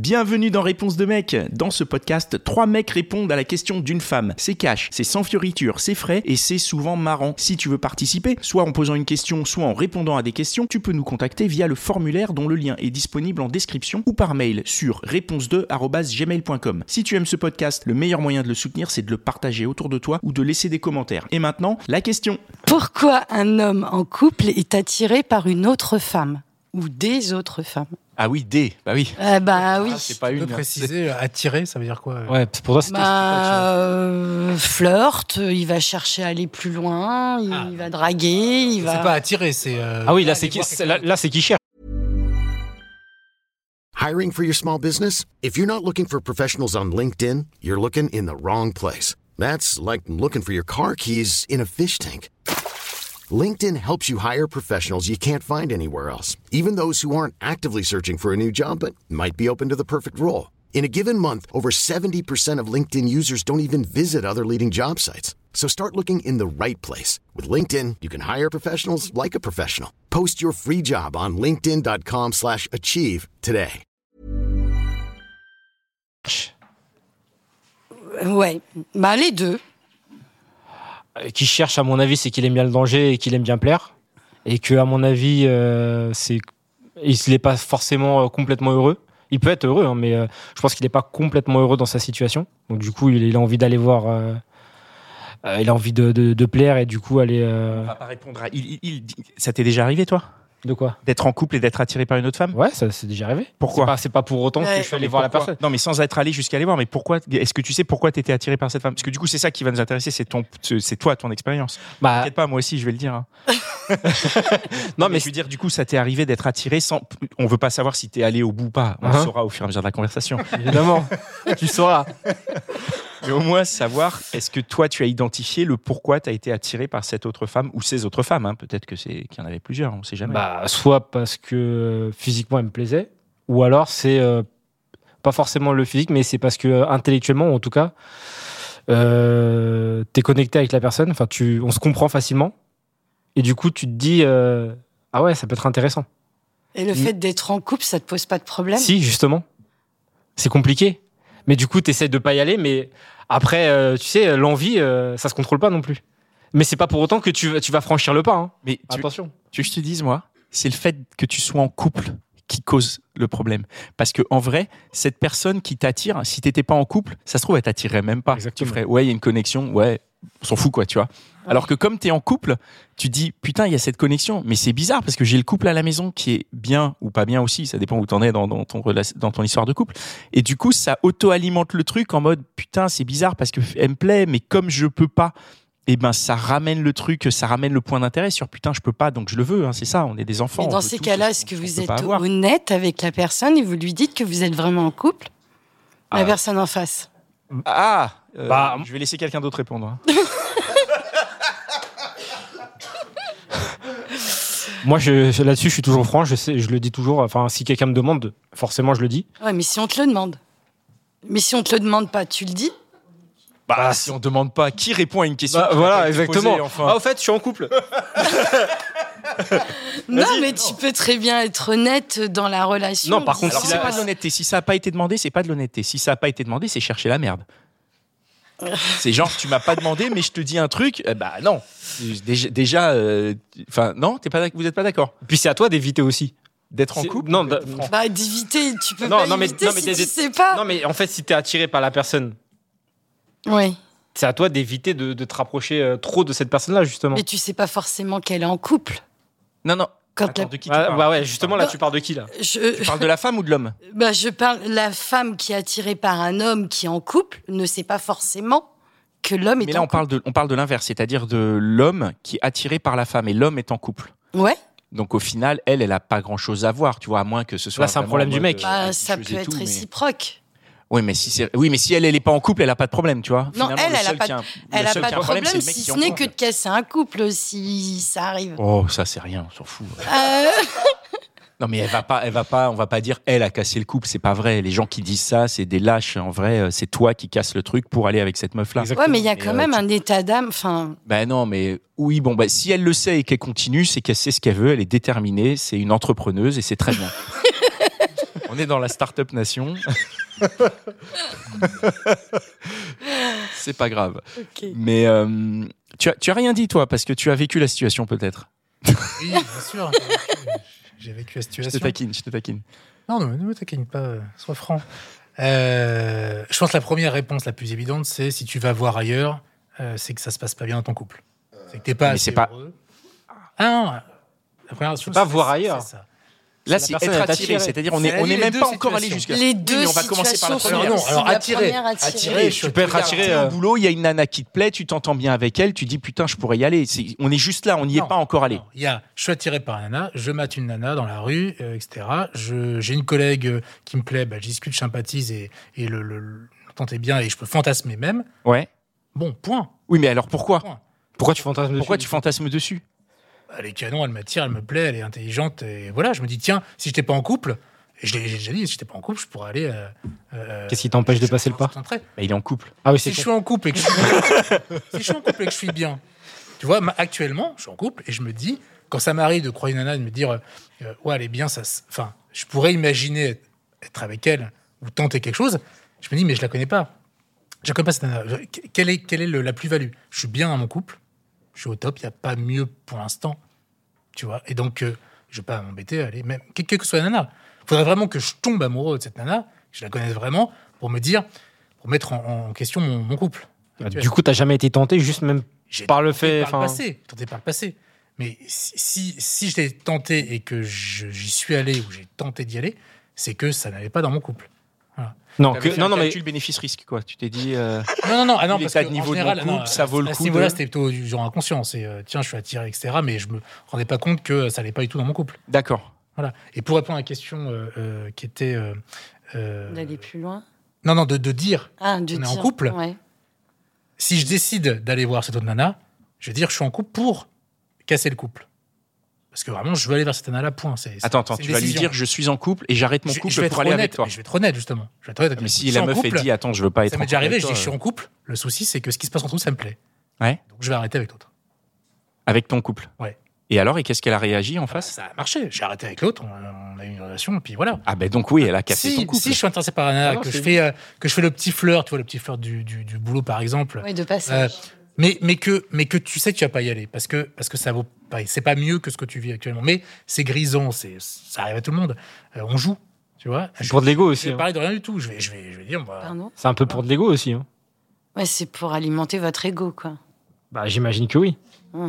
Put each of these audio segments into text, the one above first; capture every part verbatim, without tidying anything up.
Bienvenue dans Réponse de mec. Dans ce podcast, trois mecs répondent à la question d'une femme. C'est cash, c'est sans fioriture, c'est frais et c'est souvent marrant. Si tu veux participer, soit en posant une question, soit en répondant à des questions, tu peux nous contacter via le formulaire dont le lien est disponible en description ou par mail sur réponse deux arobase gmail point com. Si tu aimes ce podcast, le meilleur moyen de le soutenir, c'est de le partager autour de toi ou de laisser des commentaires. Et maintenant, la question. Pourquoi un homme en couple est attiré par une autre femme ou des autres femmes? Ah oui, des, bah oui. Euh, bah oui. Ah, c'est pas Tu une. peux préciser, euh, attirer, ça veut dire quoi? Ouais, pour toi, c'était. Bah, euh, flirt, il va chercher à aller plus loin, il Ah. va draguer, il va. C'est pas attirer, c'est. euh, Ah oui, là, aller c'est qui, voir c'est- quelqu'un. là, là, c'est qui cherche. Hiring for your small business? If you're not looking for professionals on LinkedIn, you're looking in the wrong place. That's like looking for your car keys in a fish tank. LinkedIn helps you hire professionals you can't find anywhere else, even those who aren't actively searching for a new job but might be open to the perfect role. In a given month, over seventy percent of LinkedIn users don't even visit other leading job sites. So start looking in the right place. With LinkedIn, you can hire professionals like a professional. Post your free job on linkedin dot com slash achieve today. Ouais, bah les deux. Euh, Qui cherche, à mon avis, c'est qu'il aime bien le danger et qu'il aime bien plaire. Et que, à mon avis, euh, c'est... il n'est pas forcément euh, complètement heureux. Il peut être heureux, hein, mais euh, je pense qu'il n'est pas complètement heureux dans sa situation. Donc, du coup, il, il a envie d'aller voir. Euh, euh, il a envie de, de, de plaire et du coup, aller. Euh... On va pas répondre à. Il, il, il- Ça t'est déjà arrivé, toi, De quoi? d'être en couple et d'être attiré par une autre femme? Ouais, ça c'est déjà arrivé. Pourquoi? C'est pas, c'est pas pour autant Ouais. que je suis allé Mais voir la pourquoi personne. Non, mais sans être allé jusqu'à aller voir. Mais pourquoi? Est-ce que tu sais pourquoi t'étais attiré par cette femme? Parce que du coup, c'est ça qui va nous intéresser. C'est ton, c'est toi, ton expérience. Bah, T'inquiète pas, moi aussi, je vais le dire. hein. non, mais je veux dire, du coup, ça t'est arrivé d'être attiré sans. On veut pas savoir si t'es allé au bout ou pas. On le Uh-huh. saura au fur et à mesure de la conversation. évidemment, tu sauras. Mais au moins savoir, est-ce que toi, tu as identifié le pourquoi t'as été attiré par cette autre femme ou ces autres femmes, hein. Peut-être que c'est qu'il y en avait plusieurs, on sait jamais. Bah, soit parce que euh, physiquement elle me plaisait, ou alors c'est euh, pas forcément le physique, mais c'est parce que euh, intellectuellement, en tout cas, euh, t'es connecté avec la personne. Enfin, tu, on se comprend facilement, et du coup, tu te dis euh, ah ouais, ça peut être intéressant. Et le Mm. fait d'être en couple, ça te pose pas de problème? Si, justement, c'est compliqué. Mais du coup, t'essaies de pas y aller, mais après, euh, tu sais, l'envie, euh, ça se contrôle pas non plus. Mais c'est pas pour autant que tu, vas- tu vas franchir le pas. Hein. Mais tu, Attention. tu veux que je te dise, moi, c'est le fait que tu sois en couple qui cause le problème. Parce que en vrai, cette personne qui t'attire, si t'étais pas en couple, ça se trouve, elle t'attirerait même pas. Exactement. Tu ferais, ouais, il y a une connexion, ouais, on s'en fout, quoi, tu vois. Alors que comme t'es en couple, tu dis, putain, il y a cette connexion. Mais c'est bizarre parce que j'ai le couple à la maison qui est bien ou pas bien aussi. Ça dépend où t'en es dans, dans, ton, rela- dans ton histoire de couple. Et du coup, ça auto-alimente le truc en mode, putain, c'est bizarre parce qu'elle me plaît, mais comme je peux pas, et ben ça ramène le truc, ça ramène le point d'intérêt sur putain, je peux pas, donc je le veux. Hein, c'est ça, on est des enfants. Mais on dans veut ces tous cas-là, ce est-ce que qu'on- vous qu'on peut êtes pas avoir. honnête avec la personne et vous lui dites que vous êtes vraiment en couple? La Ah. personne en face. Ah, euh, Bah, je vais laisser quelqu'un d'autre répondre. hein. Moi, je, je- là-dessus, je suis toujours franc. Je, sais, je le dis toujours. Enfin, si quelqu'un me demande, forcément, je le dis. Ouais, mais si on te le demande. Mais si on te le demande pas, tu le dis? Bah, si on demande pas, qui répond à une question Bah, qui n'a voilà, pas été exactement. posée, enfin. Ah, au fait, je suis en couple. Non, mais tu peux très bien être honnête dans la relation. Non, par contre, Alors, si c'est la- pas de l'honnêteté. Si ça n'a pas été demandé, c'est pas de l'honnêteté. Si ça n'a pas été demandé, c'est chercher la merde. C'est genre, tu m'as pas demandé, mais je te dis un truc. euh, bah non. Déjà, déjà, euh, enfin non, t'es pas, d'ac- vous n'êtes pas d'accord Puis c'est à toi d'éviter aussi. d'être en C'est- couple. non, ou d'être d- franc Bah, d'éviter, tu peux Non, pas non, mais- éviter non, mais si des- tu des- sais pas. Non, mais en fait, si t'es attiré par la personne, Oui, c'est à toi d'éviter de, de te rapprocher euh, trop de cette personne-là, justement. mais tu sais pas forcément qu'elle est en couple. Non, non. Quand Attends, la- de qui tu Ah, parles bah ouais, justement, là, Non. tu parles de qui, là? Je, Tu parles de la femme ou de l'homme? bah, je parle, la femme qui est attirée par un homme qui est en couple ne sait pas forcément que l'homme est Mais en là, on couple. parle de, on parle de l'inverse, c'est-à-dire de l'homme qui est attiré par la femme et l'homme est en couple. Ouais, Donc au final, elle, elle a pas grand-chose à voir, tu vois, à moins que ce soit. Là, c'est un vraiment problème en du mode, mec. euh, bah, quelque ça chose peut et être tout, mais- réciproque. Oui, mais si c'est, oui, mais si elle, elle est pas en couple, elle a pas de problème, tu vois. Non, Finalement, elle, le elle a seul pas qui de- le Elle a seul pas qui de a un problème, c'est le mec si qui est ce en n'est couple. que de casser un couple si ça arrive. Oh, ça c'est rien, on s'en fout. Euh, Non, mais elle va pas, elle va pas, on va pas dire elle a cassé le couple, c'est pas vrai. Les gens qui disent ça, c'est des lâches. En vrai, euh, c'est toi qui casses le truc pour aller avec cette meuf-là. Exactement. ouais, mais il y a Mais, quand euh, même tu- un état d'âme. Enfin, Ben non, mais oui, bon, bah, si elle le sait et qu'elle continue, c'est qu'elle sait ce qu'elle veut, elle est déterminée, c'est une entrepreneuse et c'est très bien. On est dans la start-up nation. C'est pas grave. Ok. Mais euh, tu, as, tu as rien dit, toi, parce que tu as vécu la situation, peut-être. Oui, bien sûr. j'ai vécu- J'ai vécu la Je te situation. taquine, je te taquine. Non, non, ne me taquine pas, euh, sois franc. Euh, je pense que la première réponse la plus évidente, c'est si tu vas voir ailleurs, euh, c'est que ça se passe pas bien dans ton couple. C'est que t'es pas Mais assez c'est pas- heureux. Ah non, la première chose, pas c'est- voir c'est ailleurs. ça. Là, la c'est personne être est attiré, attirée. c'est-à-dire on n'est C'est on est les même deux pas encore allé situations. jusqu'à. Les Oui, deux mais on va commencer par la situations première. Non, sont- alors la attiré, première, attiré. attiré, je Tu peux être attiré. T'es euh, au boulot, il y a une nana qui te plaît, tu t'entends bien avec elle, tu dis putain, je pourrais y aller. C'est- on est juste là, on n'y est Non, pas encore allé. non. Il y a, je suis attiré par un nana, je mate une nana dans la rue, euh, et cetera. Je, j'ai une collègue euh, qui me plaît, bah, je discute, je sympathise et, et le, le, le l'entente est bien et je peux fantasmer même. Ouais. Bon, point. Oui, mais alors pourquoi Point. Pourquoi tu fantasmes Pourquoi dessus tu fantasmes dessus? Elle est canon, elle m'attire, elle me plaît, elle est intelligente. Et voilà, je me dis, tiens, si j'étais pas en couple, et je l'ai j'ai déjà dit, si j'étais pas en couple, je pourrais aller. euh, euh, Qu'est-ce qui t'empêche de je- passer le je- pas je tenterais. Bah, il est en couple. Ah oui, Si c'est je con. suis en couple et que je suis bien, si je suis en couple et que je suis bien, tu vois, ma- actuellement, je suis en couple et je me dis, quand ça m'arrive de croire une nana, de me dire, euh, ouais, elle est bien, ça, se- enfin, je pourrais imaginer être, être avec elle ou tenter quelque chose. Je me dis, mais je la connais pas. Je la connais pas cette nana. Je- Quelle est, quelle est le- la plus-value? Je suis bien dans mon couple, je suis au top, il n'y a pas mieux pour l'instant, tu vois. Et donc, euh, je vais pas m'embêter, à aller, même quelle que soit la nana. Il faudrait vraiment que je tombe amoureux de cette nana, que je la connaisse vraiment, pour me dire, pour mettre en, en question mon, mon couple. Ah, actuel. Du coup, t'as jamais été tenté, juste même J'ai par le tenté fait. par le enfin, passé, tenté par le passé. Mais si, si, si je l'ai tenté et que je- j'y suis allé ou j'ai tenté d'y aller, c'est que ça n'allait pas dans mon couple. Non, T'avais que, fait non, un non, mais calcul bénéfice-risque, quoi. Tu t'es dit. euh, Non, non, non, ah non Vu parce l'état que de niveau en de général, mon couple, non, ça vaut le à coup ce niveau-là, de- c'était plutôt du genre inconscient. C'est euh, tiens, je suis attiré, et cetera. Mais je me rendais pas compte que ça n'allait pas du tout dans mon couple. D'accord. Voilà. Et pour répondre à la question euh, euh, qui était. euh, euh, D'aller plus loin. non, non, de, de dire, Ah, de On est en dire- couple Ouais. si je décide d'aller voir cette autre nana, je vais dire je suis en couple pour casser le couple. Parce que vraiment, je veux aller vers cette nana-là, point. C'est, c'est- Attends, attends, c'est une tu vas lui décision. dire je suis en couple et j'arrête mon Je- couple je vais pour être aller honnête, avec toi. mais Je vais être honnête, justement. Je vais être honnête. Mais Je si suis la en meuf couple, elle dit attends, je veux pas être ça en m'est déjà couple arrivé, avec je dis toi, je suis en couple. Le souci, c'est que ce qui se passe entre nous, ça me plaît. Ouais. Donc je vais arrêter avec l'autre. avec ton couple. Ouais. Et alors, et qu'est-ce qu'elle a réagi en face? Ça a marché. J'ai arrêté avec l'autre, on, on a eu une relation, et puis voilà. Ah ben donc oui, elle a cassé Si, ton couple. si je suis intéressé par un nana, Ah non, que, c'est je fais, euh, que je fais le petit flirt, tu vois, le petit flirt du, du, du boulot, par exemple, Ouais, de passage. mais, mais, que, mais que tu sais que tu vas pas y aller, parce que, parce que ça vaut pas, c'est pas mieux que ce que tu vis actuellement. Mais c'est grisant, c'est, ça arrive à tout le monde. Euh, on joue, tu vois. c'est Je- pour de l'ego Je aussi. vais hein. parler de rien du tout. Je vais, je vais, je vais dire, bah, Pardon. C'est un peu pour de l'ego aussi. hein. Ouais, c'est pour alimenter votre ego, quoi. Bah, j'imagine que oui.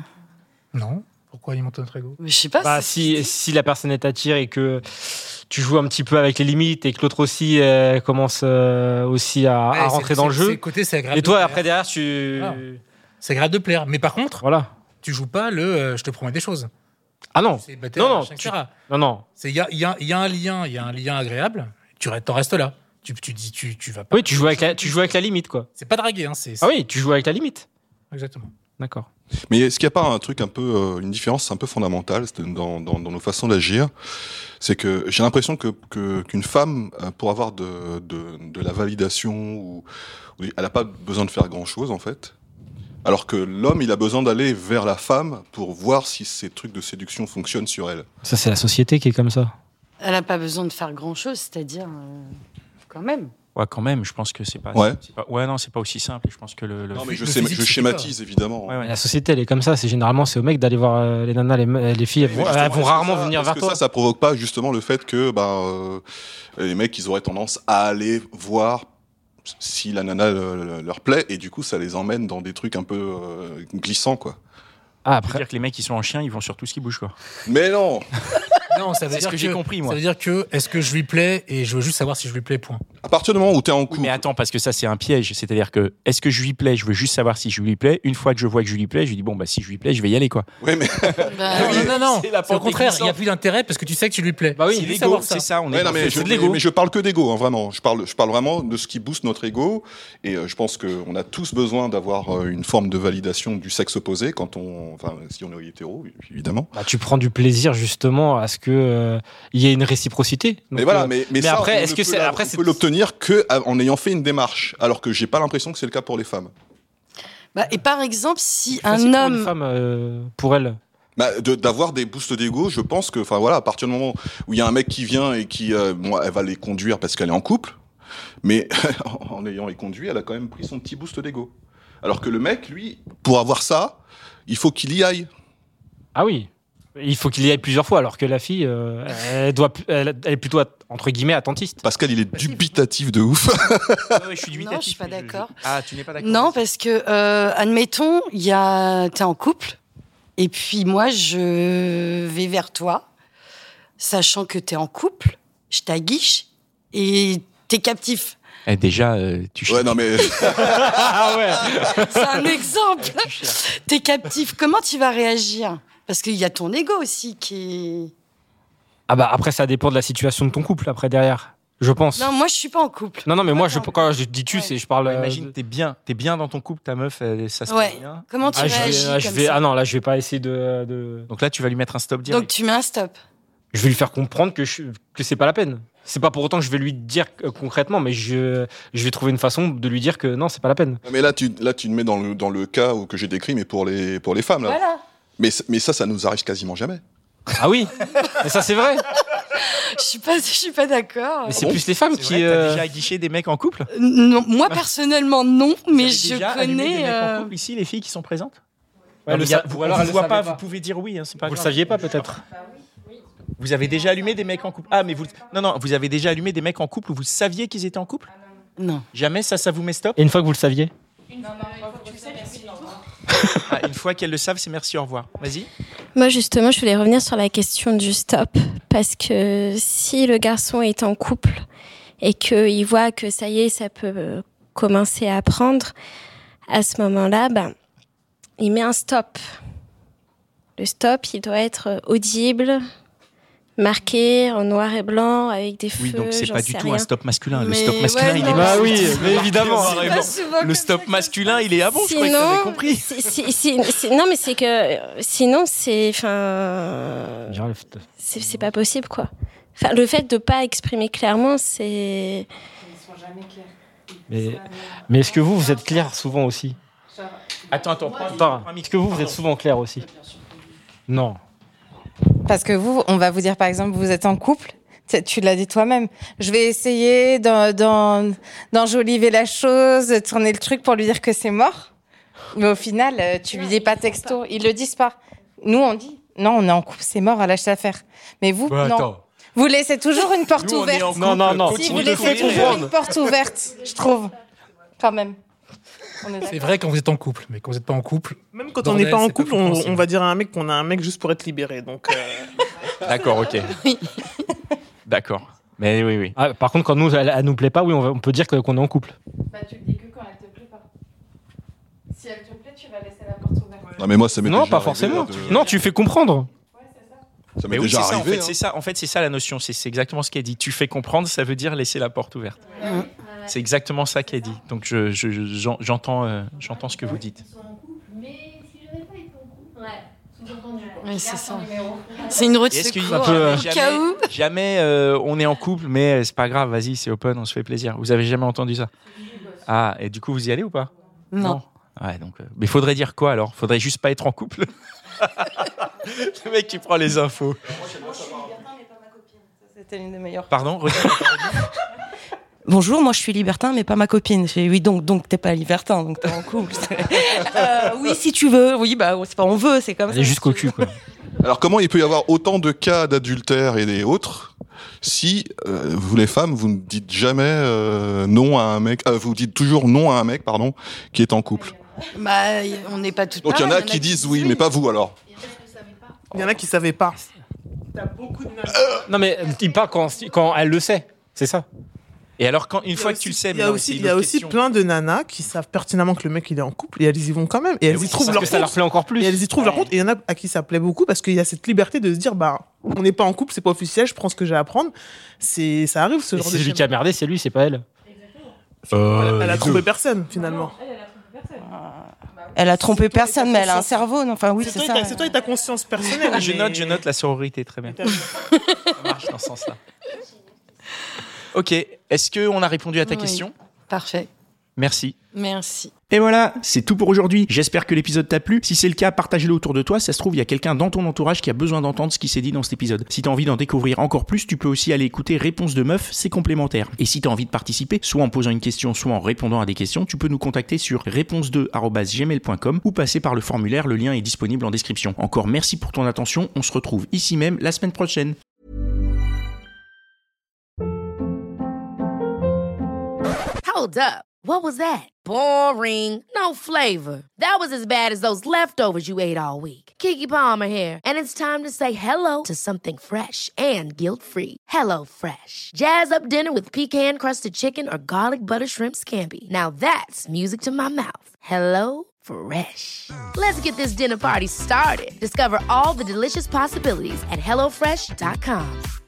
non. Pourquoi alimenter notre ego? Mais je sais pas. Bah, c'est- si, si la personne est attirée et que tu joues un petit peu avec les limites et que l'autre aussi euh, commence euh, aussi à, Ouais, à c'est- rentrer c'est- dans le c'est jeu. côté, c'est agréable Et de toi, plaire. après, derrière, tu. Ah. C'est agréable de plaire. Mais par contre, Voilà. tu joues pas le euh, je te promets des choses. Ah non. C'est bâtard, Non, non, machin, tu- et cetera. Non, non. C'est il y a, il y a- il y a un lien, il y a un lien agréable. Tu restes, t'en restes là. Tu, tu dis, tu, tu vas pas. Oui, tu joues avec la, tu joues avec la limite, quoi. C'est pas draguer, hein. C'est, Ah oui, tu joues avec la limite. exactement. D'accord. Mais est-ce qu'il n'y a pas un truc un peu, euh, une différence un peu fondamentale dans, dans, dans nos façons d'agir? C'est que j'ai l'impression que, que qu'une femme, euh, pour avoir de, de, de la validation, ou, ou elle n'a pas besoin de faire grand-chose en fait. Alors que l'homme, il a besoin d'aller vers la femme pour voir si ces trucs de séduction fonctionnent sur elle. Ça, c'est la société qui est comme ça. Elle a pas besoin de faire grand chose, c'est-à-dire euh, quand même. Ouais, quand même, je pense que c'est pas. Ouais. c'est pas- Ouais, non, c'est pas aussi simple. Je pense que le. le- Non, mais je, le sais, physique, je c'est schématise évidemment. Ouais, ouais. La société, elle est comme ça. C'est généralement, c'est aux mecs d'aller voir euh, les nanas, les, me- les filles. Elles Mais vont, justement, elles vont est-ce que rarement ça- venir est-ce vers que toi. ça, ça provoque pas justement le fait que ben, euh, les mecs, ils auraient tendance à aller voir si la nana euh, leur plaît, et du coup, ça les emmène dans des trucs un peu euh, glissants, quoi. Ah, Ça veut après. dire que les mecs qui sont en chien, ils vont sur tout ce qui bouge, quoi. Mais non. Non, ça veut C'est dire ce que j'ai compris, moi. Ça veut dire que est-ce que je lui plais et je veux juste savoir si je lui plais, point. À partir du moment où t'es en Oui, couple, mais attends, parce que ça, c'est un piège. C'est-à-dire que, est-ce que je lui plais? Je veux juste savoir si je lui plais. Une fois que je vois que je lui plais, je lui dis, bon, bah, si je lui plais, je vais y aller, quoi. ouais, mais Bah, non, non, non, non. c'est la C'est au pente contraire, il n'y a glissante. plus d'intérêt parce que tu sais que tu lui plais. Bah oui, C'est C'est juste l'ego, savoir ça. c'est ça. On est Ouais, non, dans- mais, c'est je, de l'ego. mais je parle que d'ego, hein, vraiment. Je parle, je parle vraiment de ce qui booste notre ego. Et euh, je pense qu'on a tous besoin d'avoir euh, une forme de validation du sexe opposé quand on, enfin, si on est hétéro, évidemment. Bah, tu prends du plaisir justement à ce que euh, il y ait une réciprocité. Donc, mais voilà, euh, mais, mais, mais ça, après, on est-ce ne que peut c'est- la- après, on c'est- peut l'obtenir que à- en ayant fait une démarche, alors que j'ai pas l'impression que c'est le cas pour les femmes. bah, et par exemple, si c'est facile un pour une homme. femme, euh, pour elle. Bah, de, d'avoir des boosts d'ego, je pense que, enfin voilà, à partir du moment où il y a un mec qui vient et qui, euh, bon, elle va les conduire parce qu'elle est en couple, mais en ayant les conduits, elle a quand même pris son petit boost d'ego. Alors que le mec, lui, pour avoir ça, il faut qu'il y aille. Ah oui. Il faut qu'il y aille plusieurs fois, alors que la fille, euh, elle, doit, elle, elle est plutôt, entre guillemets, attentiste. Pascal, il est dubitatif de ouf. Ouais, je suis dubitatif. Non, je suis pas je- je- d'accord. Ah, tu n'es pas d'accord? Non, parce que, euh, admettons, il y a... t'es en couple, et puis moi, je vais vers toi, sachant que t'es en couple, je t'aguiche, et t'es captif. Eh, déjà, euh, tu Ouais, non mais Ah ouais. C'est un exemple. T'es captif. Comment tu vas réagir? Parce qu'il y a ton ego aussi qui est... Ah bah après, ça dépend de la situation de ton couple, après, derrière. Je pense. Non, moi, je suis pas en couple. Non, non, mais moi, je, Attends. quand je dis tu, Ouais. c'est, je parle. Ouais, euh, imagine, de- t'es bien, t'es bien dans ton couple, ta meuf, elle- ça se Ouais. passe bien. Comment tu Ah, je vais, réagis ah, je comme vais- ça? ah non, là, je vais pas essayer de, de- Donc là, tu vas lui mettre un stop direct. Donc, tu mets un stop. Je vais lui faire comprendre que, je, que c'est pas la peine. C'est pas pour autant que je vais lui dire euh, concrètement, mais je, je vais trouver une façon de lui dire que non, c'est pas la peine. mais là tu là tu te mets dans le dans le cas où, que j'ai décrit, mais pour les pour les femmes là. Voilà. Mais mais ça ça nous arrive quasiment jamais. Ah oui, mais ça c'est vrai. Je suis pas, je suis pas d'accord. Mais c'est bon plus les femmes C'est qui. vrai, t'as euh, déjà aguiché des mecs en couple? Non, moi, personnellement, non, Vous mais avez je déjà allumé des connais... mecs en euh, couple ici, les filles qui sont présentes? Ouais, Non, le mais y a- sa- vous, ou alors on elle vous le voit savait pas, pas. vous pouvez dire oui, hein, c'est pas Vous le grave. saviez pas peut-être. Vous avez déjà allumé des mecs en couple? Ah, mais vous... Non, non, vous avez déjà allumé des mecs en couple où vous saviez qu'ils étaient en couple? Non. Jamais ça, ça vous met stop? Et une fois que vous le saviez. Ah, une fois qu'elles le savent, c'est merci, au revoir. Vas-y. Moi, justement, je voulais revenir sur la question du stop. Parce que si le garçon est en couple et qu'il voit que ça y est, ça peut commencer à prendre, à ce moment-là, ben, il met un stop. Le stop, il doit être audible, marqué en noir et blanc, avec des feux. Oui, donc c'est j'en pas du sais tout rien. un stop masculin. Le Mais stop masculin, ouais, il non, est mais pas. c'est- oui, mais évidemment. C'est pas souvent Le comme stop ça. masculin, il est ah bon, je croyais que Sinon, t'avais compris. si- si- si- si- non, mais c'est que euh, sinon, c'est, enfin, c'est, c'est pas possible, quoi. Enfin, le fait de pas exprimer clairement, c'est. Mais, mais est-ce que vous, vous êtes clair souvent aussi? Attends, attends, prends un Attends, prends un est-ce que vous, vous êtes souvent clair aussi? Non. Parce que vous, on va vous dire par exemple, vous êtes en couple, tu- tu l'as dit toi-même. Je vais essayer d'en- d'en- d'enjoliver la chose, de tourner le truc pour lui dire que c'est mort. Mais au final, euh, tu lui dis pas texto. Ils le disent pas. Nous, on dit non, on est en couple, c'est mort, à lâcher l'affaire. Mais vous, non. Vous laissez toujours une porte Nous, on est ouverte. en couple, Non, non, non. Si continue vous de laissez courir. toujours une porte ouverte, je trouve. Quand même. On est C'est d'accord. vrai quand vous êtes en couple, mais quand vous n'êtes pas en couple, Même quand on Bordel, n'est pas en c'est pas couple, on, compréhensible. on va dire à un mec qu'on a un mec juste pour être libéré. Donc, euh, D'accord, ok. D'accord. Mais oui, oui. Ah, par contre, quand nous, elle, elle nous plaît pas, oui, on, va- on peut dire que- qu'on est en couple. Bah, tu le dis que quand elle te plaît pas. Si elle te plaît, tu vas laisser la porte ouverte. Non mais moi ça m'est Non, déjà pas arrivé, forcément. de- Non, tu fais comprendre. Ça m'est Mais oui, déjà c'est ça, en arrivé. fait, hein. c'est ça. En fait, c'est ça la notion. C'est c'est exactement ce qu'elle dit. Tu fais comprendre, ça veut dire laisser la porte ouverte. C'est exactement ça qu'elle dit. Donc je- je- je- j'en- j'entends, euh, j'entends ce que vous dites. Ouais, c'est ça. C'est une roue de Et est-ce qu'il y secours. a euh, jamais, au cas où. jamais, euh, on est en couple, mais c'est pas grave, vas-y, c'est open, on se fait plaisir. Vous avez jamais entendu ça? Ah, et du coup, vous y allez ou pas? Non. Ouais, donc, euh, mais faudrait dire quoi alors? Faudrait juste pas être en couple? Le mec qui prend les infos. C'était une des meilleures. Pardon, redis. Bonjour, moi je suis libertin, mais pas ma copine. Je fais, oui, donc, donc t'es pas libertin, donc t'es en couple. Euh, oui, si tu veux. Oui, bah, c'est pas on veut, c'est comme Elle ça. est jusqu'au cul, quoi. Alors comment il peut y avoir autant de cas d'adultère et des autres si euh, vous les femmes vous ne dites jamais euh, non à un mec, euh, vous dites toujours non à un mec pardon qui est en couple. Bah, y- on n'est pas toutes Donc il y en a pareilles, qui disent oui, mais pas vous alors. il y en a qui savaient pas. T'as beaucoup de nanas. Non, mais il parle quand, quand elle le sait. C'est ça. Et alors, quand, une Il y a fois que aussi- tu le sais, il y a mais non, aussi, c'est il une y a autre aussi question. plein de nanas qui savent pertinemment que le mec il est en couple et elles y vont quand même et elles oui, y trouvent Parce leur que ça leur compte. plaît encore plus. Et elles y trouvent leur compte et il y en a à qui ça plaît beaucoup parce qu'il y a cette liberté de se dire bah on n'est pas en couple, c'est pas officiel, je prends ce que j'ai à prendre. C'est ça arrive ce Et genre c'est de celui qui a schéma. merdé, c'est lui, c'est pas elle. Elle, Euh, elle a les trompé deux. personne finalement. Elle a trompé personne, mais elle a un cerveau. non, Enfin, oui, C'est c'est toi, ça. et ta- c'est toi et ta conscience personnelle. Je mais- note, je note la sororité, très bien. mais t'as- Ça marche dans ce sens-là. Ok, est-ce qu'on a répondu à ta Oui. question? Parfait. Merci. Merci. Et voilà, c'est tout pour aujourd'hui. J'espère que l'épisode t'a plu. Si c'est le cas, partage-le autour de toi. Ça se trouve, il y a quelqu'un dans ton entourage qui a besoin d'entendre ce qui s'est dit dans cet épisode. Si t'as envie d'en découvrir encore plus, tu peux aussi aller écouter Réponse de Meuf, c'est complémentaire. Et si t'as envie de participer, soit en posant une question, soit en répondant à des questions, tu peux nous contacter sur réponse deux arobase gmail point com ou passer par le formulaire, le lien est disponible en description. Encore merci pour ton attention, on se retrouve ici même la semaine prochaine. Hold up. What was that? Boring. No flavor. That was as bad as those leftovers you ate all week. Keke Palmer here, and it's time to say hello to something fresh and guilt-free. Hello Fresh. Jazz up dinner with pecan-crusted chicken or garlic butter shrimp scampi. Now that's music to my mouth. Hello Fresh. Let's get this dinner party started. Discover all the delicious possibilities at hello fresh dot com.